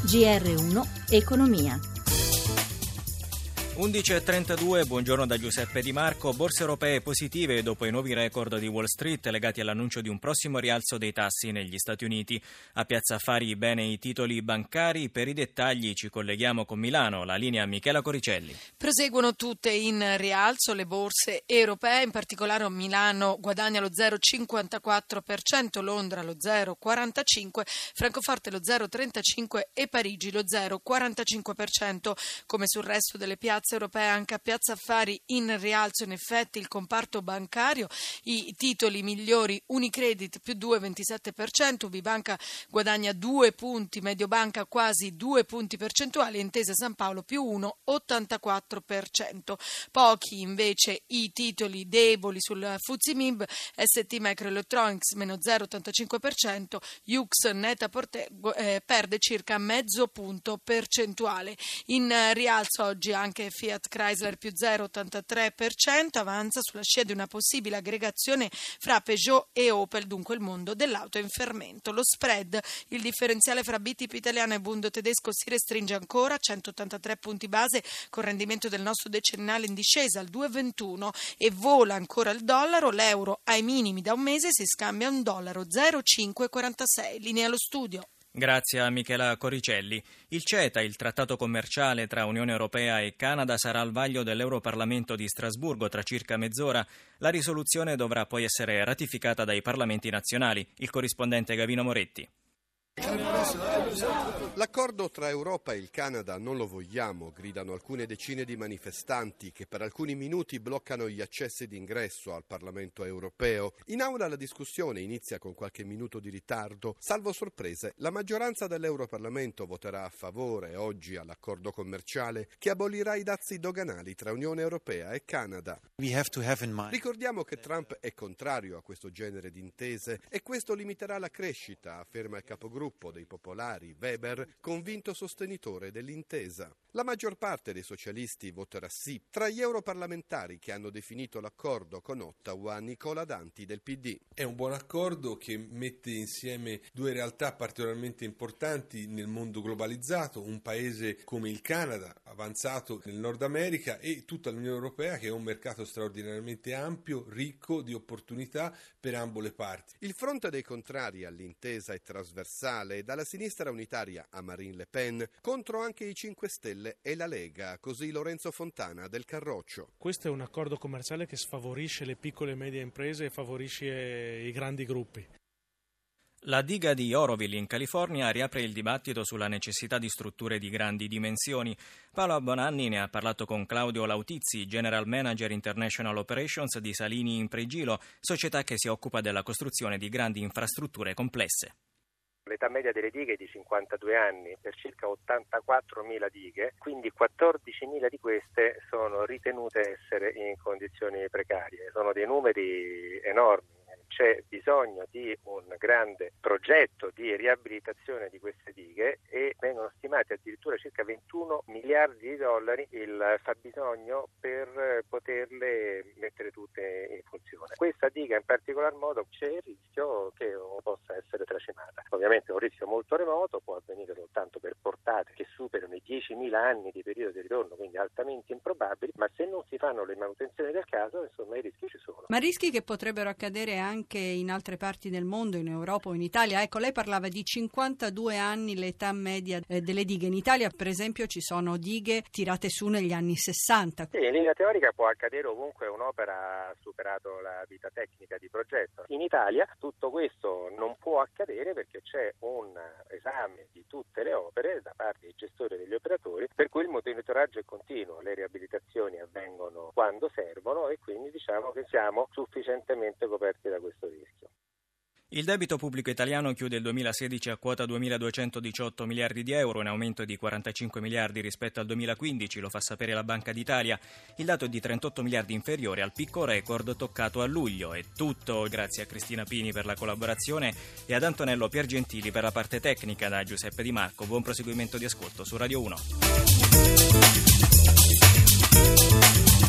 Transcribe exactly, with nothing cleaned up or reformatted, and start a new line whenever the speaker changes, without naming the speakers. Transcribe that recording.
G R uno Economia.
undici e trentadue, buongiorno da Giuseppe Di Marco. Borse europee positive dopo i nuovi record di Wall Street legati all'annuncio di un prossimo rialzo dei tassi negli Stati Uniti. A Piazza Affari bene i titoli bancari. Per i dettagli ci colleghiamo con Milano, la linea Michela Coricelli.
Proseguono tutte in rialzo le borse europee, in particolare Milano guadagna lo zero virgola cinquantaquattro per cento, Londra lo zero virgola quarantacinque per cento, Francoforte lo zero virgola trentacinque per cento e Parigi lo zero virgola quarantacinque per cento. Come sul resto delle piazze europee, anche a Piazza Affari in rialzo in effetti il comparto bancario, i titoli migliori Unicredit più due virgola ventisette per cento, Ubibanca guadagna due punti, Mediobanca quasi due punti percentuali, Intesa San Paolo più uno virgola ottantaquattro per cento. Pochi invece i titoli deboli sul F T S E M I B, S T Microelectronics meno zero virgola ottantacinque per cento, Yux Net-a-Porter eh, perde circa mezzo punto percentuale. In eh, rialzo oggi anche Fiat Chrysler più zero virgola ottantatré per cento, avanza sulla scia di una possibile aggregazione fra Peugeot e Opel, dunque il mondo dell'auto in fermento. Lo spread, il differenziale fra B T P italiano e Bund tedesco si restringe ancora a centottantatré punti base, con rendimento del nostro decennale in discesa al due virgola ventuno, e vola ancora il dollaro, l'euro ai minimi da un mese si scambia a un dollaro zero virgola cinque quarantasei. Linea allo studio.
Grazie a Michela Coricelli. Il CETA, il trattato commerciale tra Unione Europea e Canada, sarà al vaglio dell'Europarlamento di Strasburgo tra circa mezz'ora. La risoluzione dovrà poi essere ratificata dai parlamenti nazionali. Il corrispondente Gavino Moretti.
L'accordo tra Europa e il Canada non lo vogliamo, gridano alcune decine di manifestanti che per alcuni minuti bloccano gli accessi d'ingresso al Parlamento europeo. In aula la discussione inizia con qualche minuto di ritardo. Salvo sorprese, la maggioranza dell'Europarlamento voterà a favore oggi all'accordo commerciale che abolirà i dazi doganali tra Unione Europea e Canada. Ricordiamo che Trump è contrario a questo genere di intese e questo limiterà la crescita, afferma il capogruppo dei popolari Weber, convinto sostenitore dell'intesa. La maggior parte dei socialisti voterà sì. Tra gli europarlamentari che hanno definito l'accordo con Ottawa, Nicola Danti del P D.
È un buon accordo che mette insieme due realtà particolarmente importanti nel mondo globalizzato, un paese come il Canada, avanzato nel Nord America, e tutta l'Unione Europea, che è un mercato straordinariamente ampio, ricco di opportunità per ambo le parti.
Il fronte dei contrari all'intesa è trasversale, dalla sinistra unitaria a Marine Le Pen, contro anche i cinque Stelle e la Lega, così Lorenzo Fontana del Carroccio.
Questo è un accordo commerciale che sfavorisce le piccole e medie imprese e favorisce i grandi gruppi.
La diga di Oroville in California riapre il dibattito sulla necessità di strutture di grandi dimensioni. Paolo Bonanni ne ha parlato con Claudio Lautizzi, General Manager International Operations di Salini Impregilo, società che si occupa della costruzione di grandi infrastrutture complesse.
L'età media delle dighe è di cinquantadue anni per circa ottantaquattromila dighe, quindi quattordicimila di queste sono ritenute essere in condizioni precarie. Sono dei numeri enormi. C'è bisogno di un grande progetto di riabilitazione di queste dighe e vengono stimati addirittura circa ventuno miliardi di dollari il fabbisogno per poterle mettere tutte in funzione. Questa diga in particolar modo c'è il rischio che possa essere tracimata. Ovviamente è un rischio molto remoto, può avvenire soltanto per portate che superano i diecimila anni di periodo di ritorno, quindi altamente improbabili, ma se non si fanno le manutenzioni del caso, insomma i rischi ci sono.
Ma rischi che potrebbero accadere anche anche in altre parti del mondo, in Europa o in Italia. Ecco, lei parlava di cinquantadue anni l'età media eh, delle dighe. In Italia, per esempio, ci sono dighe tirate su negli anni sessanta.
Sì, in linea teorica può accadere ovunque un'opera ha superato la vita tecnica di progetto. In Italia tutto questo non può accadere perché c'è un esame di tutte le opere da parte dei gestori e degli operatori, per cui il monitoraggio è continuo, le riabilitazioni avvengono quando servono e quindi diciamo che siamo sufficientemente coperti da questo rischio.
Il debito pubblico italiano chiude il duemilasedici a quota duemiladuecentodiciotto miliardi di euro, in aumento di quarantacinque miliardi rispetto al duemilaquindici, lo fa sapere la Banca d'Italia. Il dato è di trentotto miliardi inferiore al picco record toccato a luglio. È tutto, grazie a Cristina Pini per la collaborazione e ad Antonello Piergentili per la parte tecnica. Da Giuseppe Di Marco, buon proseguimento di ascolto su Radio uno.